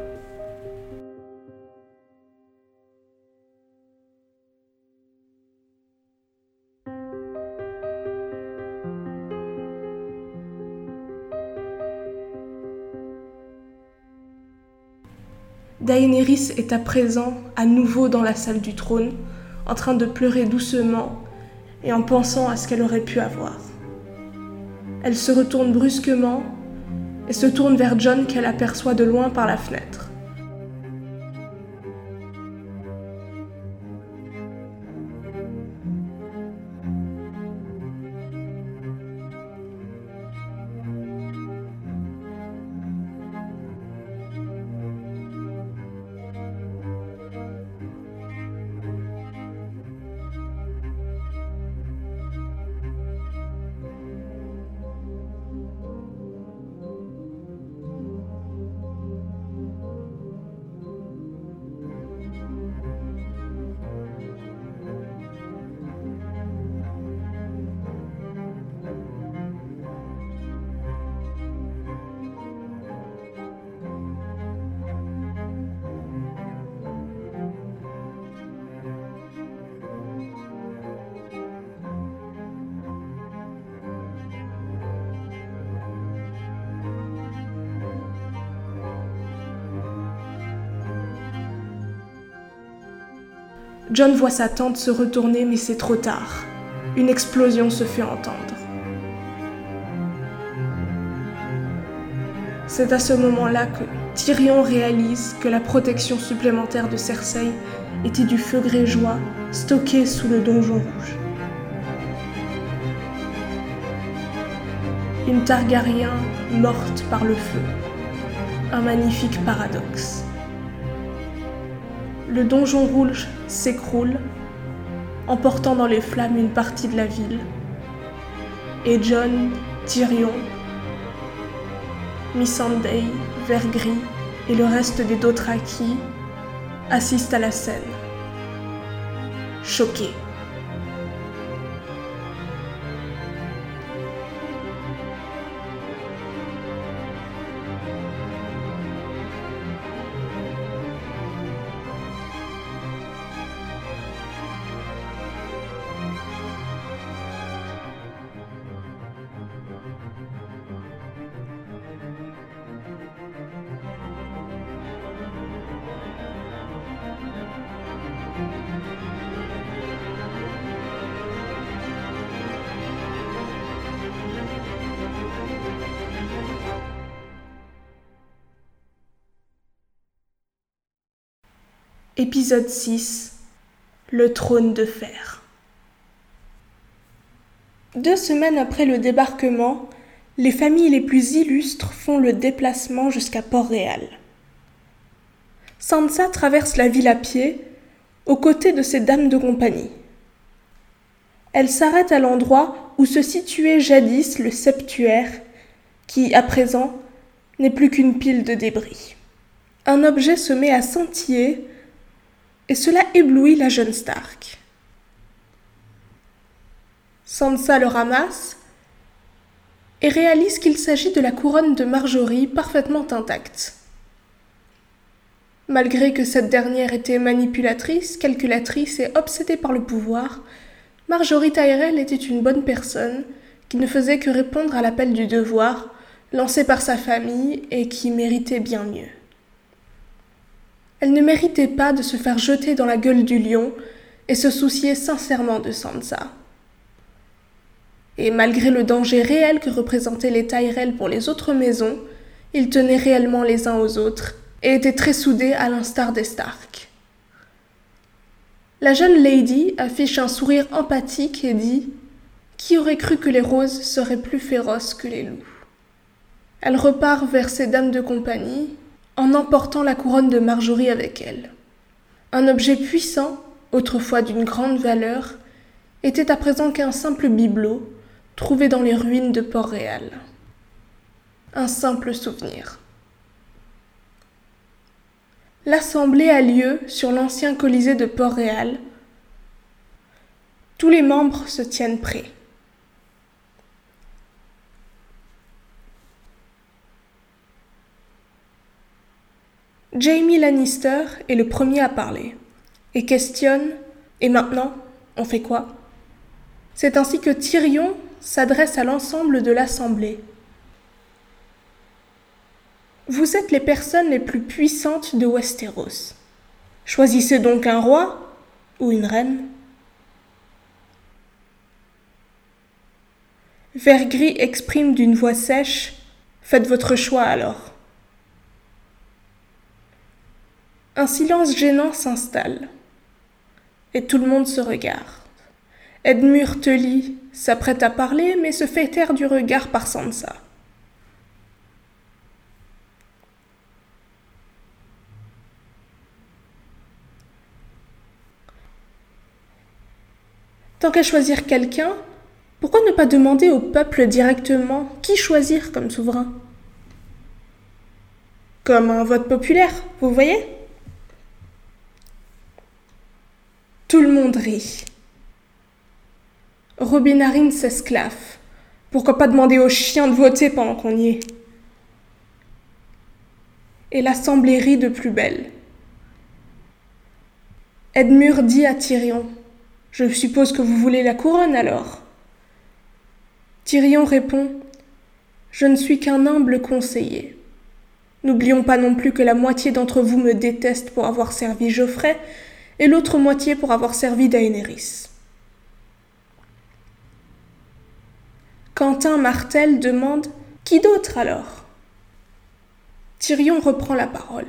Daenerys est à présent à nouveau dans la salle du trône, en train de pleurer doucement et en pensant à ce qu'elle aurait pu avoir. Elle se retourne brusquement et se tourne vers Jon qu'elle aperçoit de loin par la fenêtre. Jon voit sa tante se retourner, mais c'est trop tard. Une explosion se fait entendre. C'est à ce moment-là que Tyrion réalise que la protection supplémentaire de Cersei était du feu grégeois stocké sous le donjon rouge. Une Targaryen morte par le feu. Un magnifique paradoxe. Le donjon rouge s'écroule, emportant dans les flammes une partie de la ville. Et Jon, Tyrion, Missandei, Vergris et le reste des Dothraki assistent à la scène, choqués. Épisode six. Le trône de fer. Deux semaines après le débarquement, les familles les plus illustres font le déplacement jusqu'à Port-Réal. Sansa traverse la ville à pied, aux côtés de ses dames de compagnie. Elle s'arrête à l'endroit où se situait jadis le septuaire, qui, à présent, n'est plus qu'une pile de débris. Un objet se met à scintiller, et cela éblouit la jeune Stark. Sansa le ramasse et réalise qu'il s'agit de la couronne de Marjorie parfaitement intacte. Malgré que cette dernière était manipulatrice, calculatrice et obsédée par le pouvoir, Marjorie Tyrell était une bonne personne qui ne faisait que répondre à l'appel du devoir lancé par sa famille et qui méritait bien mieux. Elle ne méritait pas de se faire jeter dans la gueule du lion et se souciait sincèrement de Sansa. Et malgré le danger réel que représentaient les Tyrell pour les autres maisons, ils tenaient réellement les uns aux autres et étaient très soudés à l'instar des Stark. La jeune lady affiche un sourire empathique et dit « Qui aurait cru que les roses seraient plus féroces que les loups ?» Elle repart vers ses dames de compagnie en emportant la couronne de Marjorie avec elle. Un objet puissant, autrefois d'une grande valeur, était à présent qu'un simple bibelot trouvé dans les ruines de Port-Réal. Un simple souvenir. L'assemblée a lieu sur l'ancien Colisée de Port-Réal. Tous les membres se tiennent prêts. Jaime Lannister est le premier à parler et questionne « Et maintenant, on fait quoi ?» C'est ainsi que Tyrion s'adresse à l'ensemble de l'assemblée. « Vous êtes les personnes les plus puissantes de Westeros. Choisissez donc un roi ou une reine. » Vergris exprime d'une voix sèche « Faites votre choix alors. » Un silence gênant s'installe, et tout le monde se regarde. Edmure Tully s'apprête à parler, mais se fait taire du regard par Sansa. Tant qu'à choisir quelqu'un, pourquoi ne pas demander au peuple directement qui choisir comme souverain ? Comme un vote populaire, vous voyez ? Tout le monde rit. Robin Arryn s'esclaffe. Pourquoi pas demander aux chiens de voter pendant qu'on y est ? Et l'assemblée rit de plus belle. Edmure dit à Tyrion « Je suppose que vous voulez la couronne alors ?» Tyrion répond « Je ne suis qu'un humble conseiller. N'oublions pas non plus que la moitié d'entre vous me déteste pour avoir servi Geoffrey, et l'autre moitié pour avoir servi Daenerys. » Quentin Martell demande « Qui d'autre alors ?» Tyrion reprend la parole.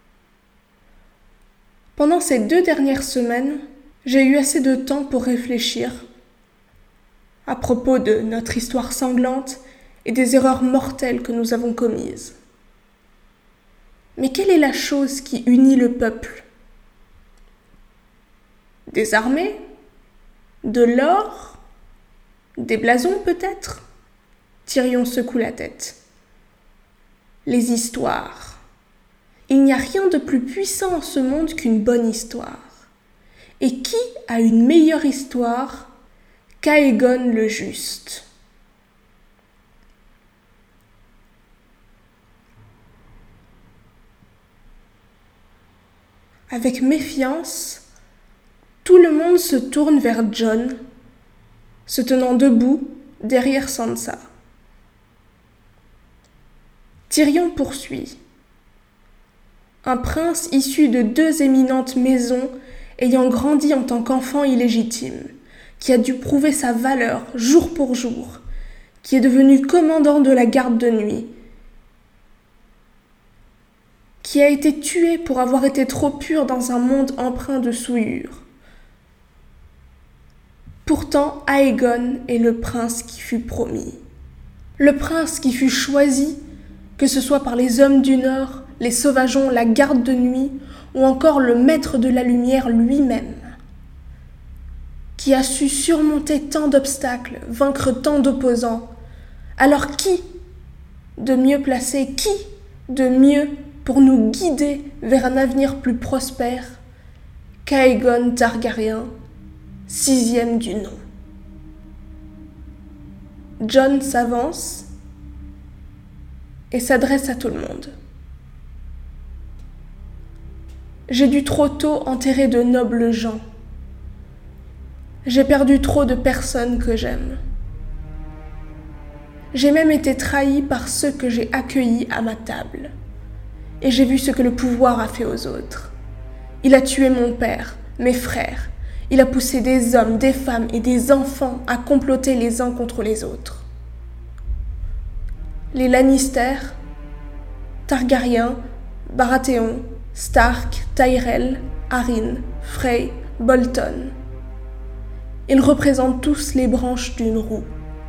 « Pendant ces deux dernières semaines, j'ai eu assez de temps pour réfléchir à propos de notre histoire sanglante et des erreurs mortelles que nous avons commises. Mais quelle est la chose qui unit le peuple ? Des armées ? De l'or ? Des blasons peut-être ? Tyrion secoue la tête. Les histoires. Il n'y a rien de plus puissant en ce monde qu'une bonne histoire. Et qui a une meilleure histoire qu'Aegon le Juste ? Avec méfiance, tout le monde se tourne vers Jon, se tenant debout derrière Sansa. Tyrion poursuit. Un prince issu de deux éminentes maisons ayant grandi en tant qu'enfant illégitime, qui a dû prouver sa valeur jour pour jour, qui est devenu commandant de la garde de nuit, qui a été tué pour avoir été trop pur dans un monde empreint de souillure. Pourtant, Aegon est le prince qui fut promis. Le prince qui fut choisi, que ce soit par les hommes du Nord, les sauvageons, la garde de nuit, ou encore le maître de la lumière lui-même, qui a su surmonter tant d'obstacles, vaincre tant d'opposants. Alors qui de mieux placé, qui de mieux pour nous guider vers un avenir plus prospère qu'Aegon Targaryen, sixième du nom. Jon s'avance et s'adresse à tout le monde. J'ai dû trop tôt enterrer de nobles gens. J'ai perdu trop de personnes que j'aime. J'ai même été trahi par ceux que j'ai accueillis à ma table. Et j'ai vu ce que le pouvoir a fait aux autres. Il a tué mon père, mes frères. Il a poussé des hommes, des femmes et des enfants à comploter les uns contre les autres. Les Lannister, Targaryen, Baratheon, Stark, Tyrell, Arryn, Frey, Bolton. Ils représentent tous les branches d'une roue.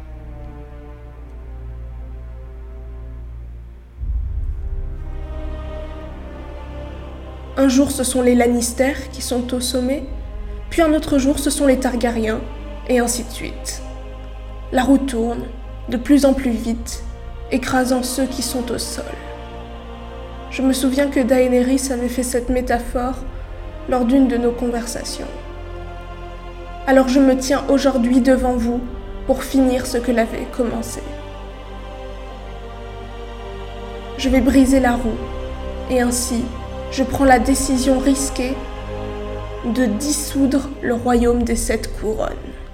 Un jour, ce sont les Lannister qui sont au sommet, puis un autre jour, ce sont les Targaryens, et ainsi de suite. La roue tourne, de plus en plus vite, écrasant ceux qui sont au sol. Je me souviens que Daenerys avait fait cette métaphore lors d'une de nos conversations. Alors je me tiens aujourd'hui devant vous pour finir ce que l'avait commencé. Je vais briser la roue, et ainsi, je prends la décision risquée de dissoudre le royaume des sept couronnes.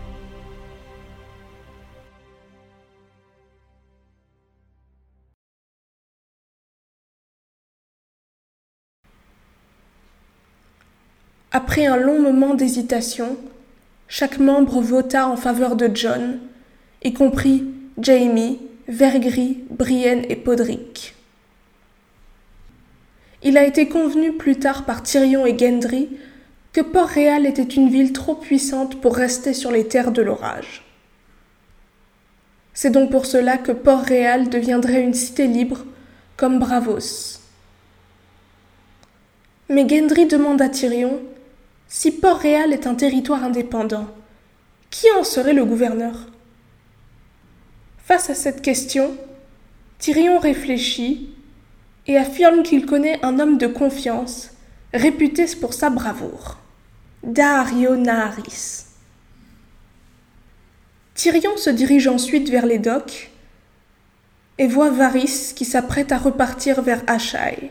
Après un long moment d'hésitation, chaque membre vota en faveur de Jon, y compris Jaime, Vergris, Brienne et Podrick. Il a été convenu plus tard par Tyrion et Gendry que Port-Réal était une ville trop puissante pour rester sur les terres de l'orage. C'est donc pour cela que Port-Réal deviendrait une cité libre comme Braavos. Mais Gendry demande à Tyrion si Port-Réal est un territoire indépendant, qui en serait le gouverneur? Face à cette question, Tyrion réfléchit et affirme qu'il connaît un homme de confiance, réputé pour sa bravoure, Daario Naharis. Tyrion se dirige ensuite vers les docks et voit Varys qui s'apprête à repartir vers Asshai.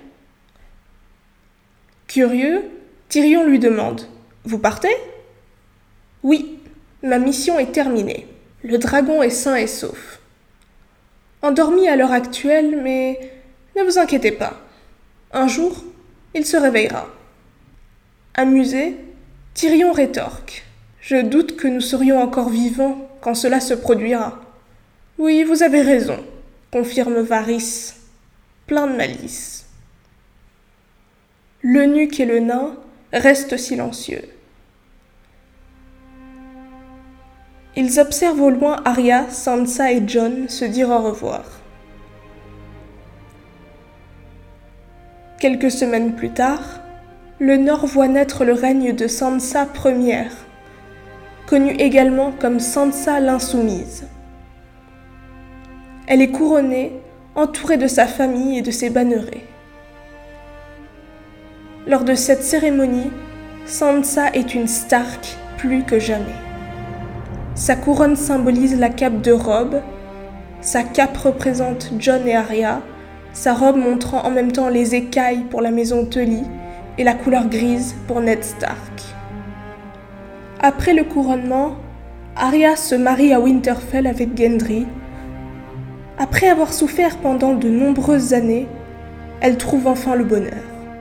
Curieux, Tyrion lui demande « Vous partez ?»« Oui, ma mission est terminée. Le dragon est sain et sauf. Endormi à l'heure actuelle, mais ne vous inquiétez pas. Un jour, il se réveillera. » Amusé, Tyrion rétorque « Je doute que nous serions encore vivants quand cela se produira. »« Oui, vous avez raison, » confirme Varys, plein de malice. L'eunuque et le nain restent silencieux. Ils observent au loin Arya, Sansa et Jon se dire au revoir. Quelques semaines plus tard, le Nord voit naître le règne de Sansa première, connue également comme Sansa l'Insoumise. Elle est couronnée, entourée de sa famille et de ses bannerets. Lors de cette cérémonie, Sansa est une Stark plus que jamais. Sa couronne symbolise la cape de robe, sa cape représente Jon et Arya, sa robe montrant en même temps les écailles pour la maison Tully et la couleur grise pour Ned Stark. Après le couronnement, Arya se marie à Winterfell avec Gendry. Après avoir souffert pendant de nombreuses années, elle trouve enfin le bonheur.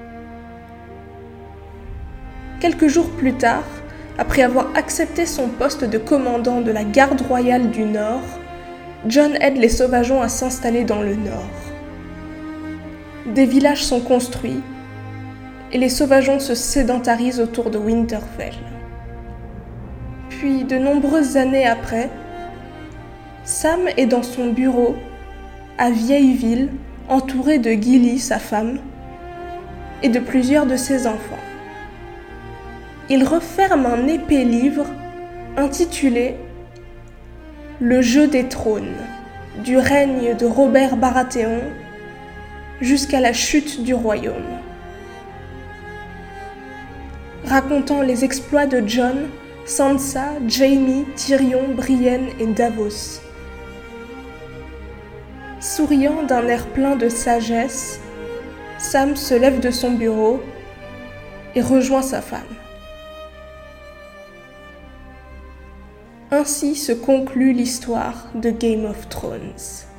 Quelques jours plus tard, après avoir accepté son poste de commandant de la garde royale du Nord, Jon aide les sauvageons à s'installer dans le Nord. des villages sont construits et les sauvageons se sédentarisent autour de Winterfell. Puis, de nombreuses années après, Sam est dans son bureau, à Vieilleville, entouré de Gilly, sa femme, et de plusieurs de ses enfants. Il referme un épais livre intitulé « Le jeu des trônes, du règne de Robert Baratheon jusqu'à la chute du royaume », racontant les exploits de Jon, Sansa, Jaime, Tyrion, Brienne et Davos. Souriant d'un air plein de sagesse, Sam se lève de son bureau et rejoint sa femme. Ainsi se conclut l'histoire de Game of Thrones.